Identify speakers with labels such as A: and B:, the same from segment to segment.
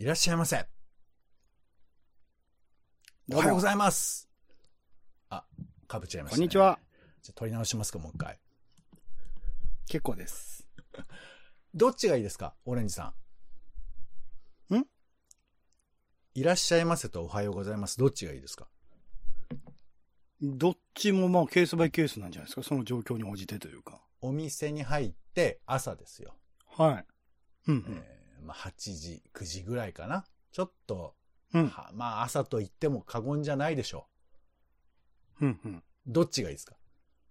A: いらっしゃいませ。おはようございます。あ、かぶっちゃいましたね。
B: こんにちは。
A: じゃあ取り直しますか、もう一回。
B: 結構です。
A: どっちがいいですか、オレンジさん。
B: ん？
A: いらっしゃいませとおはようございます。どっちがいいですか？
B: どっちもまあケースバイケースなんじゃないですか。その状況に応じてというか。
A: お店に入って朝ですよ。
B: はい。うん、
A: まあ、8時、9時ぐらいかな。ちょっと、まあ朝と言っても過言じゃないでしょ
B: う。
A: どっちがいいですか？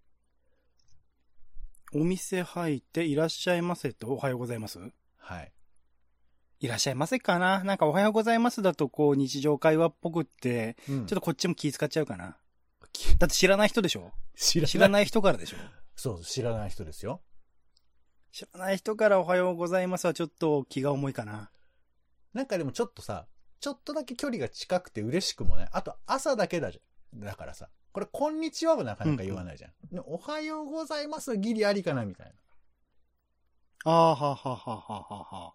B: お店入っていらっしゃいませとおはようございます。
A: はい。
B: いらっしゃいませかな。なんかおはようございますだとこう日常会話っぽくって、ちょっとこっちも気遣っちゃうかな。だって知らない人でしょ？知らない人からでしょ？
A: そう、知らない人ですよ。
B: 知らない人からおはようございますはちょっと気が重いかな。
A: なんかでもちょっとさ、ちょっとだけ距離が近くて嬉しくもね。あと朝だけだからさ。これ、こんにちははなかなか言わないじゃん。おはようございますはギリありかなみたいな。
B: はは。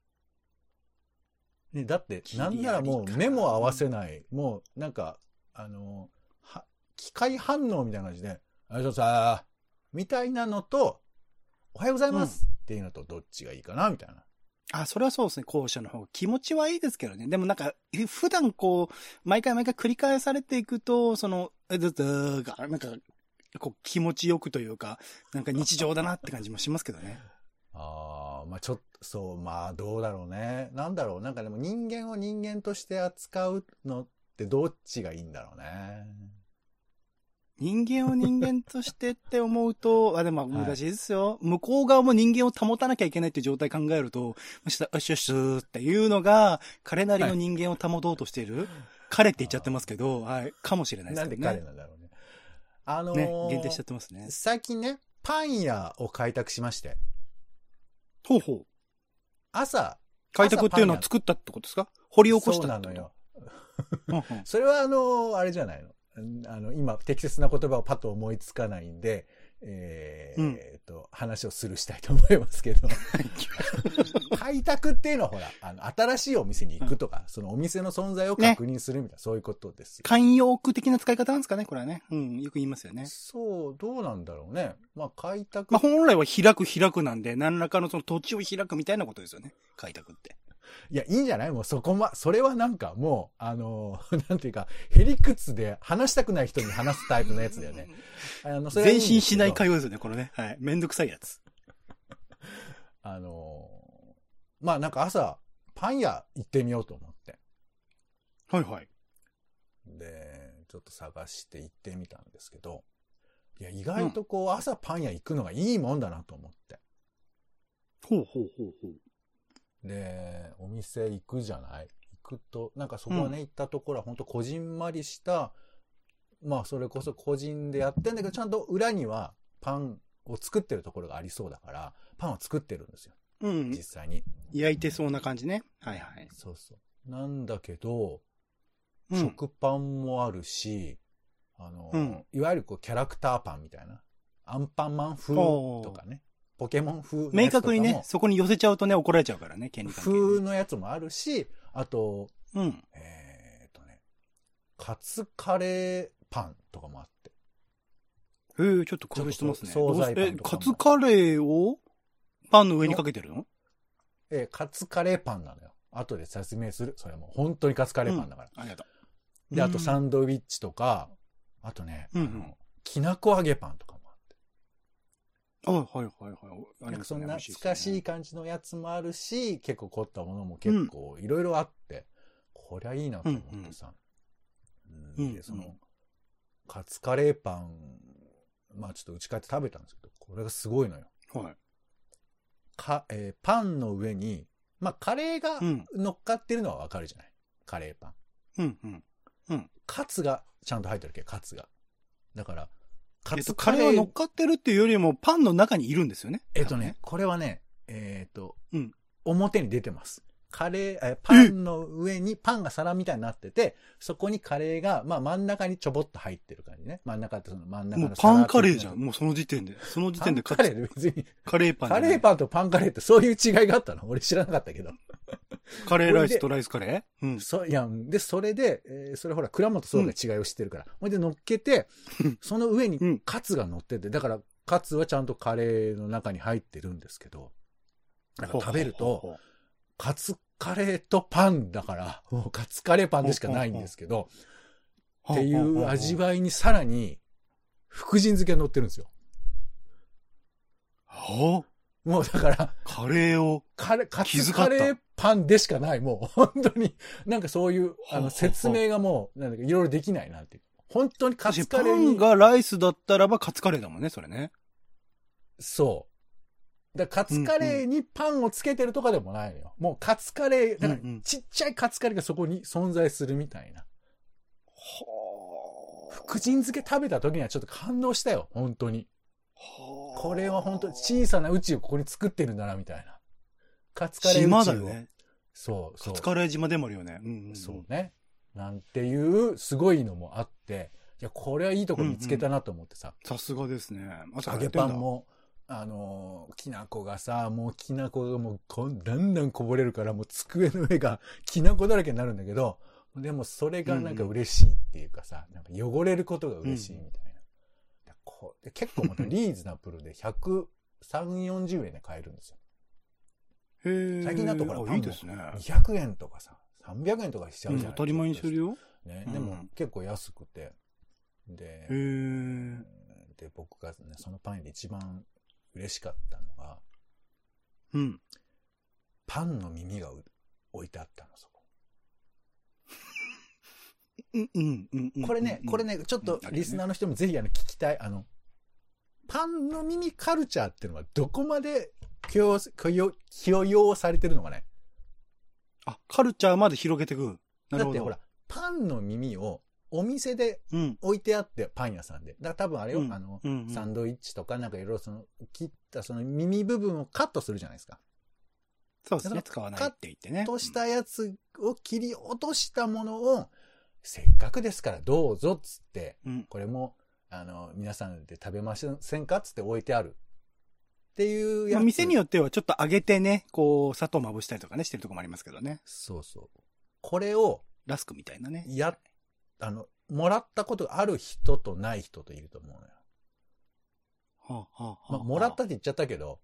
A: ね、だって、なんならもう目も合わせない。もう、なんか、機械反応みたいな感じで、さ、みたいなのと、おはようございますっていうのとどっちがいいかなみたいな。
B: それはそうですね。後者の方が気持ちはいいですけどね。でもなんか、普段こう、毎回繰り返されていくと、その、なんか、こう気持ちよくというか、なんか日常だなって感じもしますけどね。
A: まあちょっと、そう、まあどうだろうね。なんだろう。なんかでも人間を人間として扱うのってどっちがいいんだろうね。
B: 人間を人間としてって思うと、でも難しいですよ。はい、向こう側も人間を保たなきゃいけないっていう状態考えると、よしよしっていうのが、彼なりの人間を保とうとしている。はい、彼って言っちゃってますけど、はい、かもしれないですけどね。
A: なんで彼なんだろうね。
B: ね、限定しちゃってますね。
A: 最近ね、パン屋を開拓しまして。
B: ほう。開拓っていうのは作ったってことですか？掘り起こしたってこと？
A: そうなのよ。それはあれじゃないの。今、適切な言葉をパッと思いつかないんで、話をしたいと思いますけど。開拓っていうのはほら、新しいお店に行くとか、そのお店の存在を確認するみたいな、そういうことですよ。
B: 慣用句的な使い方なんですかね、これはね。よく言いますよね。
A: そう、どうなんだろうね。まあ、開拓。
B: まあ、本来は開くなんで、何らかのその土地を開くみたいなことですよね。開拓って。
A: いや、いいんじゃない？もうそれはなんかもう、なんていうか、へりくつで話したくない人に話すタイプのやつだよね。
B: それ前進しない会話ですよね、このね。はい。めんどくさいやつ。
A: まあなんか朝、パン屋行ってみようと思って。
B: はい。
A: で、ちょっと探して行ってみたんですけど、いや、意外とこう、朝パン屋行くのがいいもんだなと思って。
B: ほう。
A: で、お店行くじゃない？行くと、なんかそこはね、行ったところは本当こじんまりした、まあそれこそ個人でやってんだけど、ちゃんと裏にはパンを作ってるところがありそうだから、パンを作ってるんですよ。実際に。
B: 焼いてそうな感じね。はい。
A: そう。なんだけど、食パンもあるし、いわゆるこうキャラクターパンみたいな。アンパンマン風とかね。ポケモン風のやつとかも。
B: 明確にね、そこに寄せちゃうとね、怒られちゃうからね、権利関係、ね。
A: 風のやつもあるし、あと、カツカレーパンとかもあって。
B: ちょっと工夫してますね。
A: 惣菜パンとかも。
B: カツカレーをパンの上にかけてるの？
A: カツカレーパンなのよ。後で説明する。それも本当にカツカレーパンだから。
B: ありがと
A: う。で、あとサンドイッチとか、あとね、きなこ揚げパンとかもあって。
B: はい。
A: なんかそんな懐かしい感じのやつもあるし、結構凝ったものも結構いろいろあって、こりゃいいなと思ってさ。で、その、カツカレーパン、まあちょっと家帰って食べたんですけど、これがすごいのよ。
B: はい。
A: パンの上に、まあカレーが乗っかってるのはわかるじゃない？カレーパン。カツがちゃんと入ってるけど、カツが。だから、
B: カレーは乗っかってるっていうよりもパンの中にいるんですよね。
A: これはね、表に出てます。パンの上にパンが皿みたいになってて、そこにカレーが、まあ真ん中にちょぼっと入ってる感じね。真ん中ってその真ん中の
B: もうパンカレーじゃん。もうその時点で。カ
A: レーで別に。
B: カレーパン。
A: カレーパンとパンカレーってそういう違いがあったの？俺知らなかったけど。
B: カレーライスとライスカレー
A: いや、で、それで、それほら、倉本総が違いを知ってるから。ほいで乗っけて、その上にカツが乗ってて、だから、カツはちゃんとカレーの中に入ってるんですけど、なんか食べると、カツカレーとパンだから、もうカツカレーパンでしかないんですけど、っていう味わいにさらに、福神漬けが乗ってるんですよ。もうだから、
B: カレーを、
A: カツカレーパンでしかない、もう、本当に、なんかそういう、説明がもう、なんだかいろいろできないなっていう。本当にカツカレーに。
B: パンがライスだったらばカツカレーだもんね、それね。
A: そう。だからカツカレーにパンをつけてるとかでもないのよ。もうカツカレー、だからちっちゃいカツカレーがそこに存在するみたいな。福神漬け食べた時にはちょっと感動したよ、本当に。これは本当に小さな宇宙をここに作ってるんだな、みたいな。カツカレー宇宙を。
B: 島だよね。
A: そう。
B: カツカレー島でもあるよね。
A: そうね。なんていうすごいのもあって、いや、これはいいとこ見つけたなと思ってさ。
B: さすがですね。
A: 揚げパンも、きな粉がさ、もうきな粉がもうだんだんこぼれるから、もう机の上がきな粉だらけになるんだけど、でもそれがなんか嬉しいっていうかさ、なんか汚れることが嬉しいみたいな。結構またリーズナブルで130、40円で買えるんですよ。最近だとこれパンも200円とかさ、300円とかしちゃうじゃない。
B: 当たり前にするよ。
A: ね、でも結構安くて。で、僕がね、そのパンで一番嬉しかったのが、パンの耳が置いてあったの、そこ。これね、ちょっとリスナーの人もぜひ聞きたい。パンの耳カルチャーっていうのはどこまで許容されてるのかね。
B: カルチャーまで広げてく。なるほど。
A: だってほら、パンの耳をお店で置いてあって、パン屋さんで。だから多分あれよ、サンドイッチとかなんかいろいろ切ったその耳部分をカットするじゃないですか。
B: そうですね。使わないって言ってね。
A: カットしたやつを切り落としたものを、せっかくですからどうぞっつって、これも、皆さんで食べませんかっつって置いてある。っていうやつ。
B: 店によってはちょっと揚げてね、こう、砂糖まぶしたりとかね、してるとこもありますけどね。
A: そうそう。これを、
B: ラスクみたいなね。
A: もらったことがある人とない人といると思うのよ。もらったって言っちゃったけど、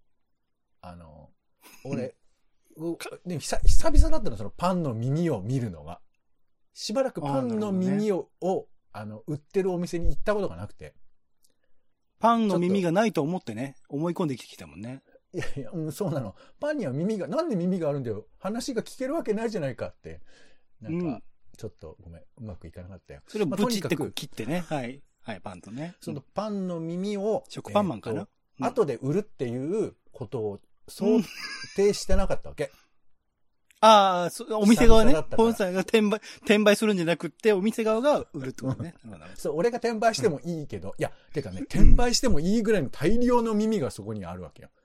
A: 俺、で久々だったの、そのパンの耳を見るのが。しばらくパンの耳を、売ってるお店に行ったことがなくて。
B: パンの耳がないと思ってね、思い込んできたもんね。
A: いや、そうなの。パンにはなんで耳があるんだよ。話が聞けるわけないじゃないかって。なんか、ちょっとごめん、うまくいかなかったよ。
B: それをブチって切ってね。はい。はい、パンとね。
A: そのパンの耳を、
B: 食パンマンかな、
A: 後で売るっていうことを想定してなかったわけ。
B: お店側ね。本社が転売するんじゃなくって、お店側が売るってことね。
A: そう、俺が転売してもいいけど、いや、てかね、転売してもいいぐらいの大量の耳がそこにあるわけよ。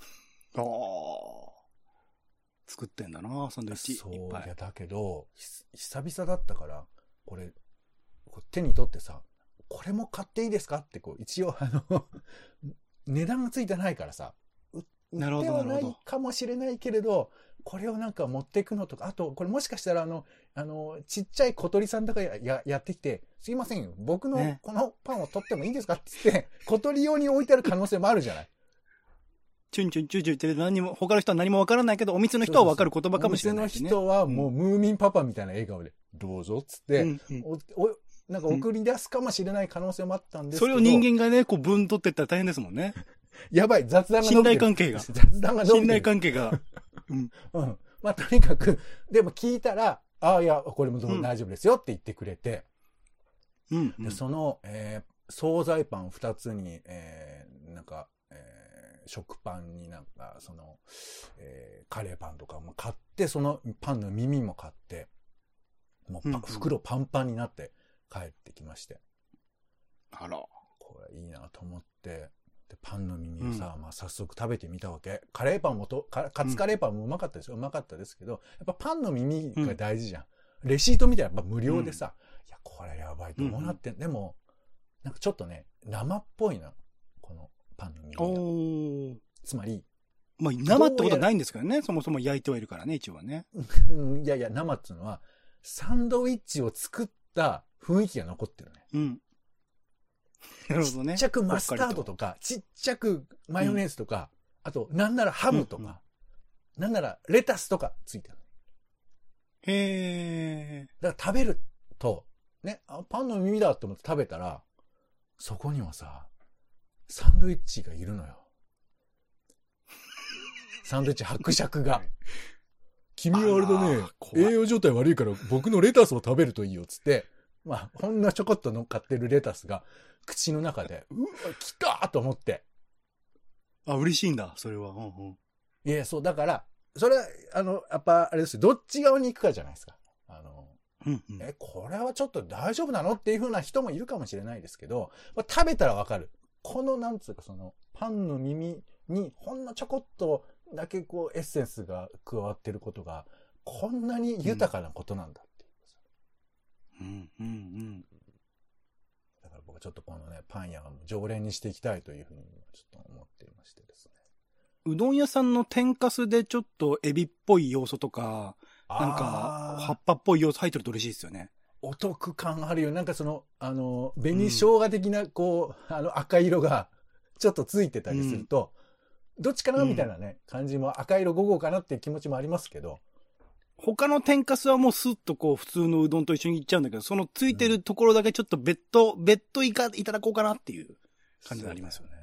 B: 作ってんだな、サンドイッチ。
A: そう、いや、だけど、久々だったから、これ手に取ってさ、これも買っていいですかって一応値段がついてないからさ、売ってはないかもしれないけれど、これをなんか持っていくのとか、あと、これもしかしたらちっちゃい小鳥さんとかやってきて、すいませんよ、僕のこのパンを取ってもいいですかって言って、小鳥用に置いてある可能性もあるじゃない。
B: チュンチュンチュンチュンって他の人は何もわからないけど、お店の人はわかる言葉かもしれない、ね。
A: お店の人はもうムーミンパパみたいな笑顔で、どうぞっつって、なんか送り出すかもしれない可能性もあったんですけど。
B: それを人間がね、分取っていったら大変ですもんね。
A: やばい、雑談が
B: 信頼関係が。信頼関係が。
A: まあ、とにかく、でも聞いたら、いや、これも大丈夫ですよって言ってくれて、でその、惣菜パン2つに、なんか、食パンになんか、カレーパンとかも買って、そのパンの耳も買って、もう袋パンパンになって帰ってきまして。
B: あら。
A: これいいなと思って、でパンの耳をさ、早速食べてみたわけ。カレーパンもカツカレーパンもうまかったですよ。うまかったですけど、やっぱパンの耳が大事じゃん。レシート見たらやっぱ無料でさ、いや、これやばい。どうなってん、でも、なんかちょっとね、生っぽいな。このパンの耳が。つまり、
B: まあ、生ってことはないんですけどね。そもそも焼いてはいるからね、一応はね。
A: いやいや、生っていうのは、サンドイッチを作った雰囲気が残ってるね。
B: うん。なるほどね。
A: ちっちゃくマスタードとか、ちっちゃくマヨネーズとか、あと、なんならハムとか、なんならレタスとかついてる。
B: へー。
A: だから食べると、ね、パンの耳だと思って食べたら、そこにはさ、サンドイッチがいるのよ。サンドイッチ伯爵が。君はあれだね、栄養状態悪いから僕のレタスを食べるといいよ、つって。まあ、ほんのちょこっと乗っかってるレタスが、口の中で、うわ、来たと思って。
B: あ、嬉しいんだ、それは。うんうん。
A: いや、そう、だから、それは、やっぱ、あれですよ、どっち側に行くかじゃないですか。
B: うんうん、
A: これはちょっと大丈夫なのっていう風な人もいるかもしれないですけど、まあ、食べたらわかる。この、なんつうか、パンの耳に、ほんのちょこっとだけこう、エッセンスが加わってることが、こんなに豊かなことなんだっていう。
B: うんうんうん。
A: だから僕はちょっとこのね、パン屋を常連にしていきたいというふうに、ちょっと思っていましてですね。
B: うどん屋さんの天かすでちょっとエビっぽい要素とか、なんか、葉っぱっぽい要素入ってると嬉しいですよね。
A: お得感あるよ。なんか紅生姜的な、こう、赤色がちょっとついてたりすると、どっちかなみたいなね、感じも赤色5号かなっていう気持ちもありますけど。
B: 他の天かすはもうスッとこう普通のうどんと一緒にいっちゃうんだけど、そのついてるところだけちょっと別途いただこうかなっていう感じがありますよね。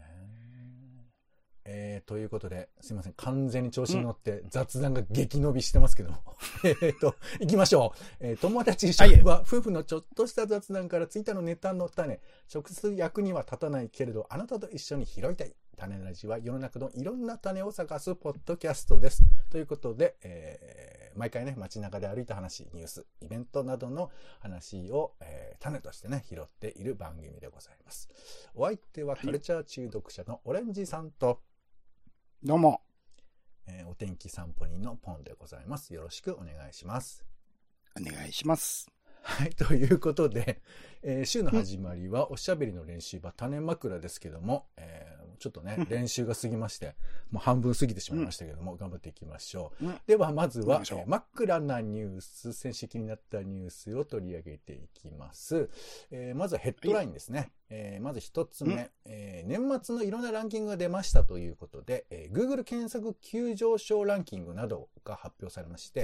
A: ということで、すいません。完全に調子に乗って雑談が激伸びしてますけども。行きましょう。友達職場、夫婦のちょっとした雑談からついたのネタの種、直接役には立たないけれど、あなたと一緒に拾いたい。種ラジは世の中のいろんな種を探すポッドキャストです。ということで、毎回ね、街中で歩いた話、ニュース、イベントなどの話を、種としてね、拾っている番組でございます。お相手はカルチャー中毒者のオレンジさんと、
B: どうも。
A: お天気散歩人のポンでございます。よろしくお願いします。
B: お願いします。
A: はい、ということで、週の始まりはおしゃべりの練習場、種枕ですけども、ちょっとね、練習が過ぎまして、もう半分過ぎてしまいましたけども、頑張っていきましょう。では、まずは、枕なニュース、先週気になったニュースを取り上げていきます。まずはヘッドラインですね。まず一つ目、年末のいろんなランキングが出ましたということで、Google 検索急上昇ランキングなどが発表されまして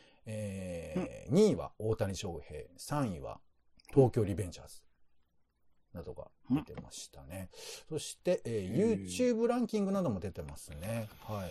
A: 、2位は大谷翔平、3位は東京リベンジャーズなどが出てましたね。そして、YouTube ランキングなども出てますね。はい。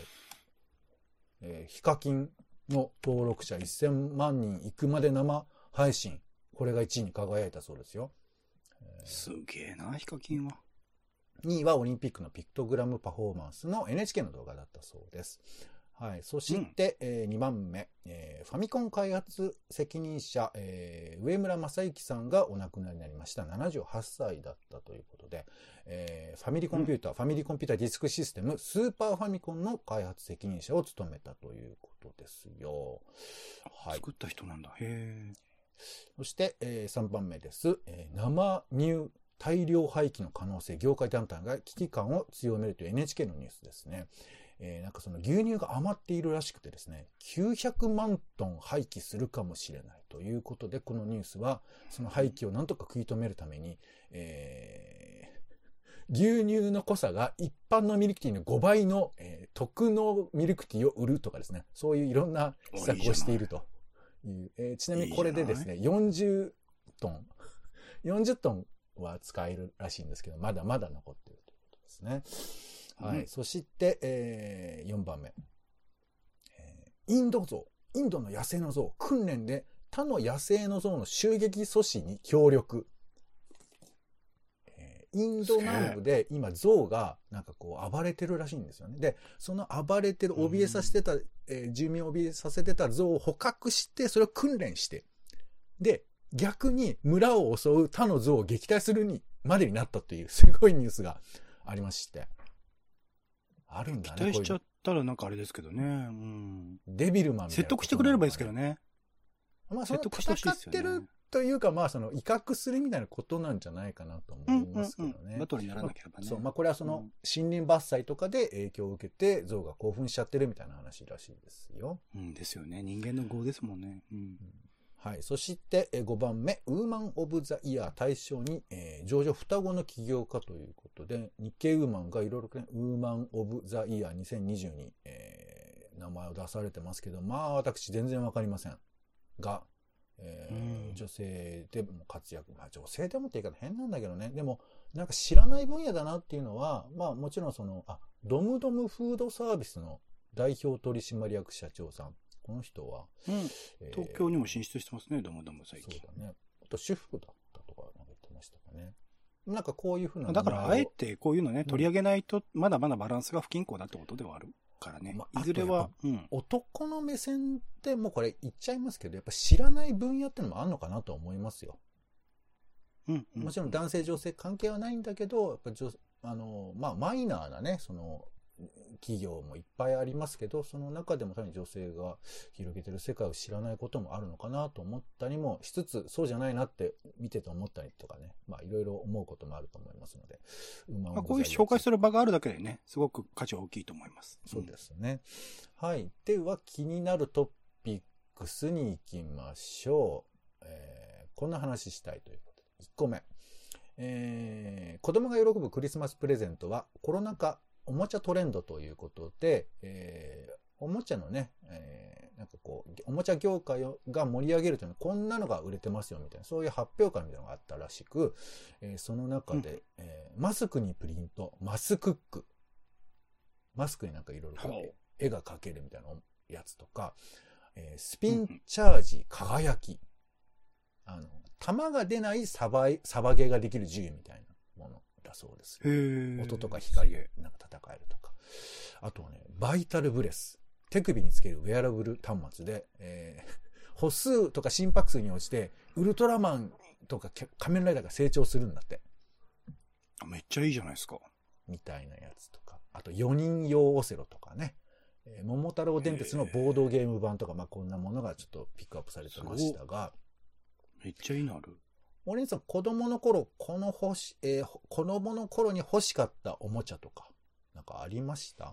A: ヒカキンの登録者1000万人いくまで生配信。これが1位に輝いたそうですよ。
B: すげえな、ヒカキンは。
A: 2位はオリンピックのピクトグラムパフォーマンスの NHK の動画だったそうです。はい。そして、2番目、ファミコン開発責任者、上村正幸さんがお亡くなりになりました。78歳だったということで、ファミリーコンピューターディスクシステム、スーパーファミコンの開発責任者を務めたということですよ。
B: はい。作った人なんだ。へー。
A: そして、3番目です。生乳大量廃棄の可能性、業界団体が危機感を強めるという NHK のニュースですね。なんかその牛乳が余っているらしくてですね、900万トン廃棄するかもしれないということで、このニュースはその廃棄をなんとか食い止めるために、牛乳の濃さが一般のミルクティーの5倍の、特濃ミルクティーを売るとかですね、そういういろんな施策をしているという。ちなみにこれでですね、40トンは使えるらしいんですけど、まだまだ残っているということですね。はい。そして、4番目。インドの野生の象、訓練で他の野生の象の襲撃阻止に協力。インド南部で今象がなんかこう暴れてるらしいんですよね。で、その暴れてる、住民を怯えさせてた象を捕獲して、それを訓練して、で、逆に村を襲う他の象を撃退するまでになったというすごいニュースがありまして。あるんだね。
B: 期待しちゃったらなんかあれですけどね。うん。
A: デビルマンみたいな、
B: 説得してくれればいいですけどね。
A: まあ、その戦ってるというか、まあ、威嚇するみたいなことなんじゃないかなと思いますけどね。
B: バトルにならなければね。
A: そう、まあ、これは森林伐採とかで影響を受けて、象が興奮しちゃってるみたいな話らしいですよ。
B: ですよね。人間の業ですもんね。
A: はい。そして、5番目、ウーマン・オブ・ザ・イヤー対象に、上場双子の起業家ということで、日経ウーマンがいろいろね、ウーマン・オブ・ザ・イヤー2020に、名前を出されてますけど、まあ、私全然わかりません。が、女性でも活躍。まあ、女性でもって言い方変なんだけどね。でも、なんか知らない分野だなっていうのは、まあ、もちろんドムドムフードサービスの代表取締役社長さん。この人は、
B: 東京にも進出してますね、ドムドム最近。
A: そうだね。あと主婦だったとか言ってましたかね。なんかこういうふうな。
B: だからあえてこういうのね、取り上げないと、まだまだバランスが不均衡だってことではあるからね。いずれは、
A: 男の目線ってもうこれ言っちゃいますけど、やっぱ知らない分野ってのもあるのかなと思いますよ。もちろん男性女性関係はないんだけど、やっぱまあマイナーなね、企業もいっぱいありますけど、その中でも単に女性が広げてる世界を知らないこともあるのかなと思ったりもしつつ、そうじゃないなって見てて思ったりとかね、まあいろいろ思うこともあると思いますので、
B: こういう紹介する場があるだけでね、すごく価値は大きいと思います。
A: そうですね。はい。では気になるトピックスに行きましょう。こんな話したいということで、1個目。子供が喜ぶクリスマスプレゼントはコロナ禍おもちゃトレンドということで、おもちゃのね、なんかこう、おもちゃ業界が盛り上げるというのは、こんなのが売れてますよみたいな、そういう発表会みたいなのがあったらしく、その中で、マスクにプリント、マスクック。マスクになんかいろいろ絵が描けるみたいなやつとか、スピンチャージ、輝き。弾が出ないサバゲーができる銃みたいなもの。だそうです。音とか光でなんか戦えるとか。あとはね、バイタルブレス。手首につけるウェアラブル端末で、歩数とか心拍数に応じて、ウルトラマンとか仮面ライダーが成長するんだって。
B: めっちゃいいじゃないですか。
A: みたいなやつとか。あと4人用オセロとかね。桃太郎電鉄のボードゲーム版とか、まあこんなものがちょっとピックアップされてましたが。
B: めっちゃいいのある。
A: 森根さん、子供の頃に欲しかったおもちゃとか、なんかありました？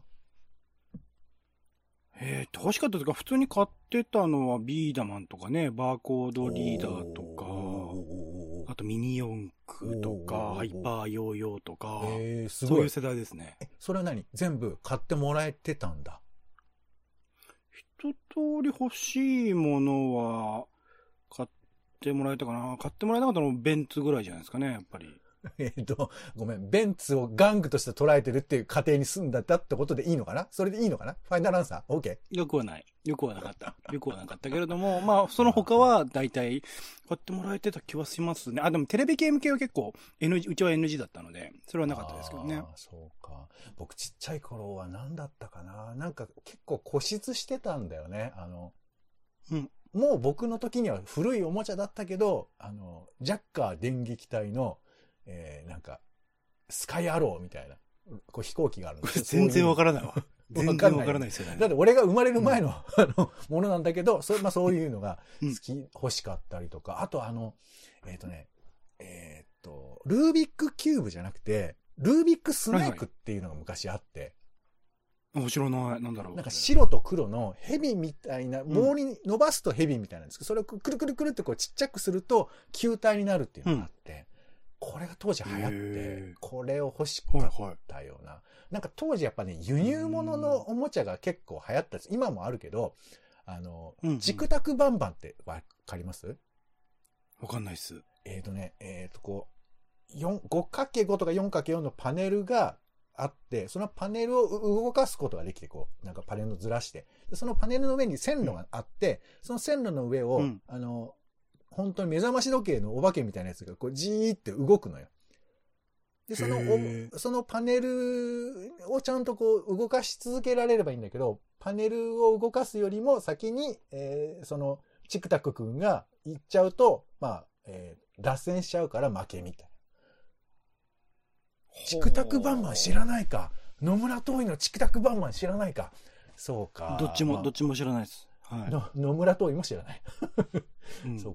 B: 欲しかったというか、普通に買ってたのはビーダマンとかね、バーコードリーダーとか、あとミニ四駆とか、ハイパーヨーヨーとか、すごいそういう世代ですね。
A: それは何？全部買ってもらえてたんだ。
B: 一通り欲しいものは、買ってもらえたかな。買ってもらえなかったのベンツぐらいじゃないですかね、やっぱり。
A: ごめん。ベンツを玩具として捉えてるっていう過程に住んだってことでいいのかな？それでいいのかな？ファイナルアンサー ?OK？
B: よくはない。よくはなかった。よくはなかったけれども、まあ、その他は大体買ってもらえてた気はしますね。でもテレビゲーム系は結構うちは NG だったので、それはなかったですけどね。
A: そうか。僕ちっちゃい頃は何だったかな？なんか結構固執してたんだよね。もう僕の時には古いおもちゃだったけど、ジャッカー電撃隊のなんか、スカイアローみたいな、こう飛行機があるんですよ。
B: 全然わからないわ。全然わからないですよね。
A: だって俺が生まれる前の、ものなんだけど、そういうのが欲しかったりとか、あとルービックキューブじゃなくて、ルービックスネークっていうのが昔あって、
B: 知らない。なんだろう。
A: なんか白と黒のヘビみたいな、棒に伸ばすとヘビみたいなんですけど、それをくるくるくるってこうちっちゃくすると球体になるっていうのがあって、これが当時流行って、これを欲しかったような。なんか当時やっぱね、輸入物のおもちゃが結構流行ったんです。今もあるけど、チクタクバンバンってわかります？
B: わかんないっす。
A: こう、5×5 とか 4×4 のパネルがあって、そのパネルを動かすことができて、こう、なんかパネルをずらして、そのパネルの上に線路があって、その線路の上を、本当に目覚まし時計のお化けみたいなやつがこうじーって動くのよ。で、そのパネルをちゃんとこう動かし続けられればいいんだけど、パネルを動かすよりも先に、そのチクタクくんが行っちゃうと、まあ、脱線しちゃうから負けみたいな。チクタクバンバン知らないか。野村東医のチクタクバンバン知らないか。そうか。
B: どっちも知らないです。はい。
A: 野村東医も知らない。そうか。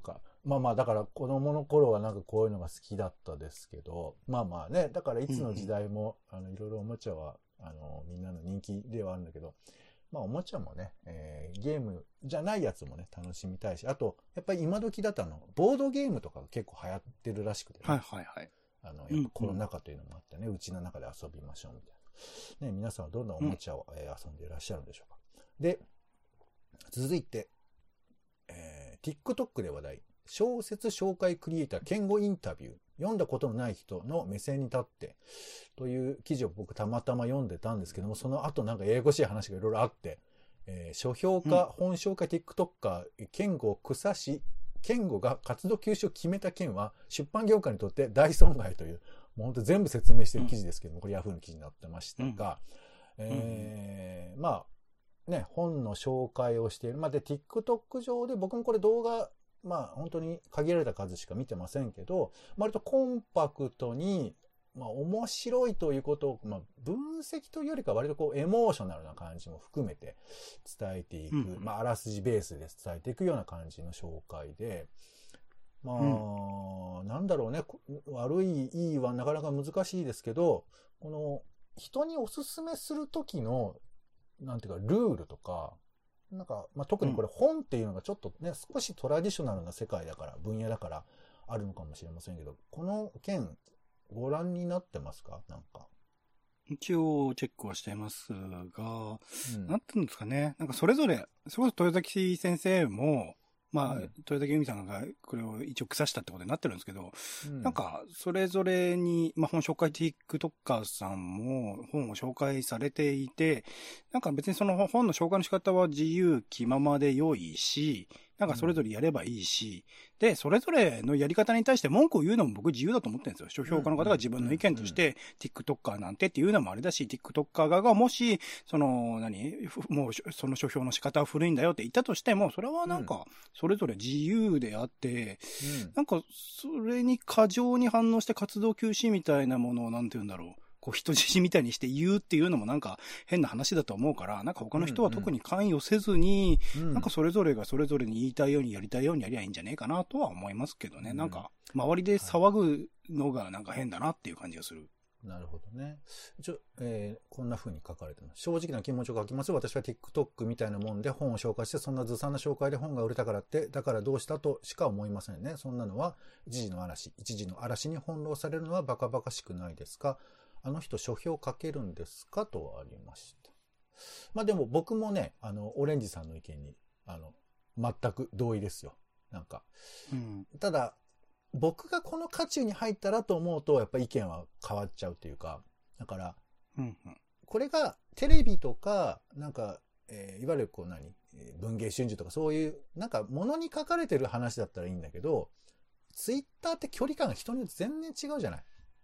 A: まあまあ、だから子供の頃はなんかこういうのが好きだったですけど、まあまあね、だからいつの時代も、いろいろおもちゃは、みんなの人気ではあるんだけど、まあおもちゃもね、ゲームじゃないやつもね、楽しみたいし、あと、やっぱり今時だとボードゲームとかが結構流行ってるらしくてね。
B: はいはいはい。
A: やっぱコロナ禍というのもあってね、うちの中で遊びましょうみたいな。ね、皆さんはどんなおもちゃを、遊んでいらっしゃるんでしょうか。で、続いて、TikTok で話題。小説紹介クリエイター、言語インタビュー。読んだことのない人の目線に立って、という記事を僕たまたま読んでたんですけども、その後なんかややこしい話がいろいろあって、書評家、本紹介 TikToker、言語草し、言語が活動休止を決めた件は、出版業界にとって大損害という、もう本当全部説明している記事ですけども、これ Yahoo の記事になってましたが、まあ、ね、本の紹介をしている。まあ、で、TikTok 上で僕もこれ動画、まあ、本当に限られた数しか見てませんけど、割とコンパクトに、まあ、面白いということを、まあ、分析というよりか割とこう、エモーショナルな感じも含めて伝えていく。まあ、あらすじベースで伝えていくような感じの紹介で、まあ、なんだろうね、悪い、いいはなかなか難しいですけど、この、人におすすめするときの、なんていうか、ルールとか、なんか、まあ、特にこれ本っていうのがちょっとね、少しトラディショナルな世界だから、分野だからあるのかもしれませんけど、この件、ご覧になってますか？なんか。
B: 一応チェックはしていますが、なんていうんですかね。なんかそれぞれ、それこそ豊崎先生も、まあ、豊崎由美さんがこれを一応腐したってことになってるんですけど、なんか、それぞれに、まあ本紹介 TikToker さんも本を紹介されていて、なんか別にその本の紹介の仕方は自由気ままで良いし、なんかそれぞれやればいいし、で、それぞれのやり方に対して文句を言うのも僕自由だと思ってるんですよ。書評家の方が自分の意見として、TikToker なんてっていうのもあれだし、TikToker 側がもし、もうその書評の仕方は古いんだよって言ったとしても、それはなんか、それぞれ自由であって、なんか、それに過剰に反応して活動休止みたいなものを、なんて言うんだろう。こう人質みたいにして言うっていうのもなんか変な話だと思うから、なんか他の人は特に関与せずに、なんかそれぞれがそれぞれに言いたいようにやりたいようにやりゃいいんじゃねえかなとは思いますけどね。なんか、周りで騒ぐのがなんか変だなっていう感じがする。
A: なるほどね。こんな風に書かれてます。正直な気持ちを書きます。私は TikTok みたいなもんで本を紹介して、そんなずさんな紹介で本が売れたからって、だからどうしたとしか思いませんね。そんなのは一時の嵐に翻弄されるのはバカバカしくないですか？あの人書評書けるんですかとありました。まあでも僕もね、オレンジさんの意見に、全く同意ですよ。なんか。ただ、僕がこの渦中に入ったらと思うと、やっぱ意見は変わっちゃうというか、だから、これがテレビとか、なんか、いわゆるこう文藝春秋とかそういう、なんか物に書かれてる話だったらいいんだけど、ツイッターって距離感が人によって全然違うじゃない。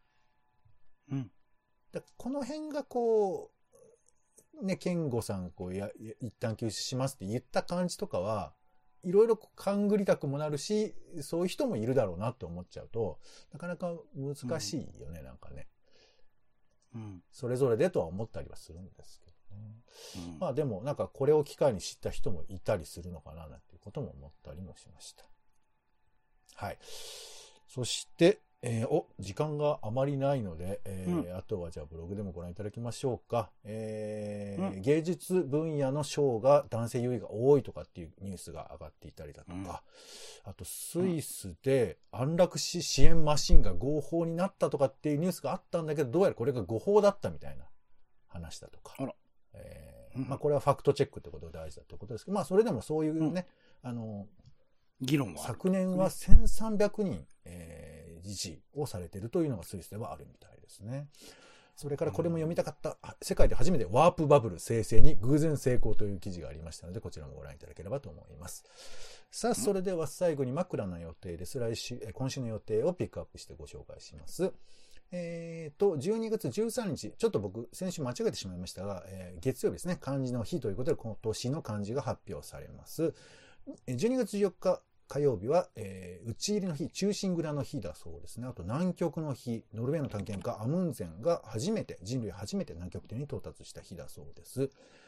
A: この辺がこう、ね、健吾さん一旦休止しますって言った感じとかは、いろいろ勘ぐりたくもなるし、そういう人もいるだろうなって思っちゃうと、なかなか難しいよね、なんかね。それぞれでとは思ったりはするんですけどね。まあでもなんかこれを機会に知った人もいたりするのかななんていうことも思ったりもしました。はい。そして、時間があまりないので、あとはじゃあブログでもご覧いただきましょうか。芸術分野の賞が男性優位が多いとかっていうニュースが上がっていたりだとか、あとスイスで安楽死支援マシンが合法になったとかっていうニュースがあったんだけど、どうやらこれが誤報だったみたいな話だとか。まあこれはファクトチェックってことが大事だってことですけど、まあそれでもそういうね、
B: 議論は
A: 昨年は1300人、自治をされているというのがスイスではあるみたいですね。それからこれも読みたかった、世界で初めてワープバブル生成に偶然成功という記事がありましたので、こちらもご覧いただければと思います。さあ、それでは最後に枕の予定です。今週の予定をピックアップしてご紹介します。12月13日、ちょっと僕、先週間違えてしまいましたが、月曜日ですね、漢字の日ということで、今年の漢字が発表されます。12月14日、火曜日は、打ち入りの日、忠臣蔵の日だそうですね。あと南極の日、ノルウェーの探検家アムンゼンが人類初めて南極点に到達した日だそうです。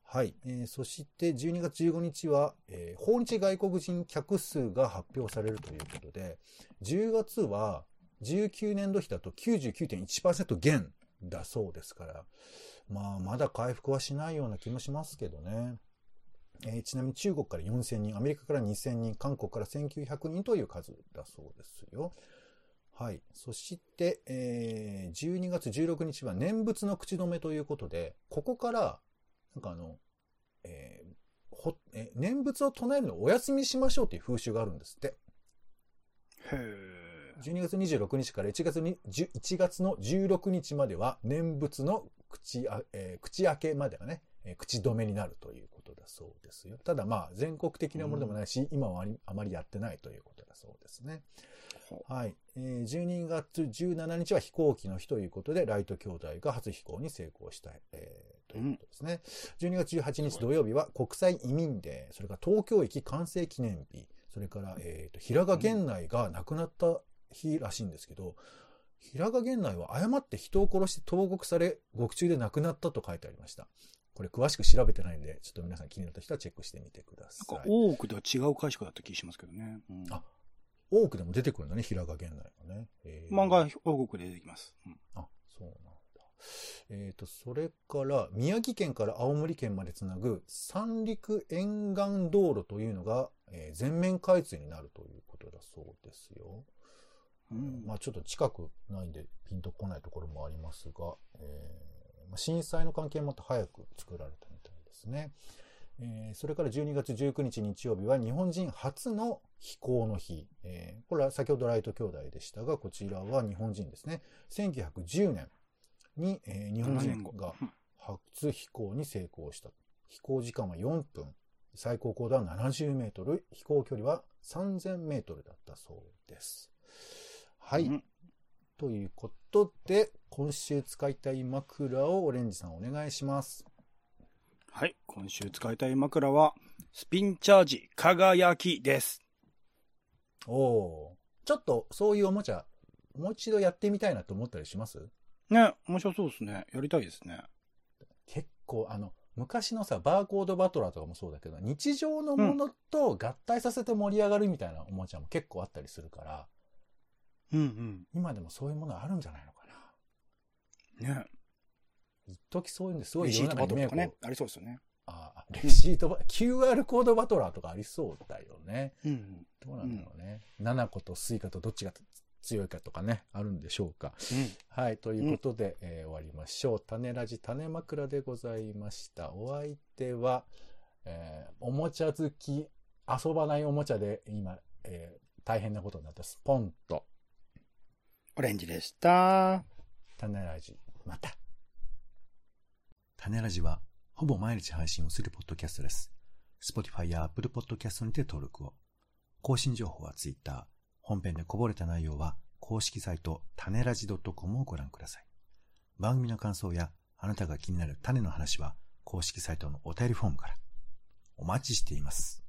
A: はい。そして12月15日は、訪日外国人客数が発表されるということで、10月は19年度比だと 99.1% 減だそうですから、まだ回復はしないような気もしますけどね。ちなみに中国から4000人、アメリカから2000人、韓国から1900人という数だそうですよ。はい。そして、12月16日は念仏の口止めということで、ここから、念仏を唱えるのをお休みしましょうという風習があるんですって。12月26日から1月の16日までは念仏の口開けまでがね、口止めになるということだそうですよ。ただ全国的なものでもないし、今はあまりやってないということだそうですね。はい。12月17日は飛行機の日ということで、ライト兄弟が初飛行に成功した、ということですね。12月18日土曜日は国際移民デー、それから東京駅完成記念日、それから、平賀源内が亡くなった日らしいんですけど、平賀源内は誤って人を殺して投獄され、獄中で亡くなったと書いてありました。これ詳しく調べてないんで、ちょっと皆さん気になった人はチェックしてみてください。
B: 大奥では違う解釈だった気がしますけどね。
A: 大奥でも出てくるんだね、平賀源内がね。
B: 漫画王国で出てきます。
A: そうなんだ。それから、宮城県から青森県までつなぐ三陸沿岸道路というのが、全面開通になるということだそうですよ。ちょっと近くないんでピンとこないところもありますが、震災の関係もあって早く作られたみたいですね。それから12月19日日曜日は日本人初の飛行の日。これは先ほどライト兄弟でしたが、こちらは日本人ですね。1910年に、日本人が初飛行に成功した。飛行時間は4分。最高高度は70メートル。飛行距離は3000メートルだったそうです。はい。ということで、今週使いたい枕をオレンジさんお願いします。
B: はい。今週使いたい枕は、スピンチャージ輝きです。
A: ちょっとそういうおもちゃ、もう一度やってみたいなと思ったりします？
B: ね、面白そうですね。やりたいですね。
A: 結構昔のさ、バーコードバトラーとかもそうだけど、日常のものと合体させて盛り上がるみたいなおもちゃも結構あったりするから、今でもそういうものあるんじゃないのかな。ね。一時そういうんですごいいろんな夢
B: とかね、ありそうですよね。
A: レシートQR コードバトラーとかありそうだよね。どうなんだろうね。7個とスイカとどっちが強いかとかね、あるんでしょうか。はい、ということで、終わりましょう。種ラジ種枕でございました。お相手は、おもちゃ好き、遊ばないおもちゃで今、大変なことになったスポンと、
B: オレンジでした。
A: 種ラジ、また。種ラジは、ほぼ毎日配信をするポッドキャストです。Spotify や Apple Podcast にて登録を。更新情報は Twitter。本編でこぼれた内容は公式サイト種ラジ .com をご覧ください。番組の感想やあなたが気になる種の話は公式サイトのお便りフォームから。お待ちしています。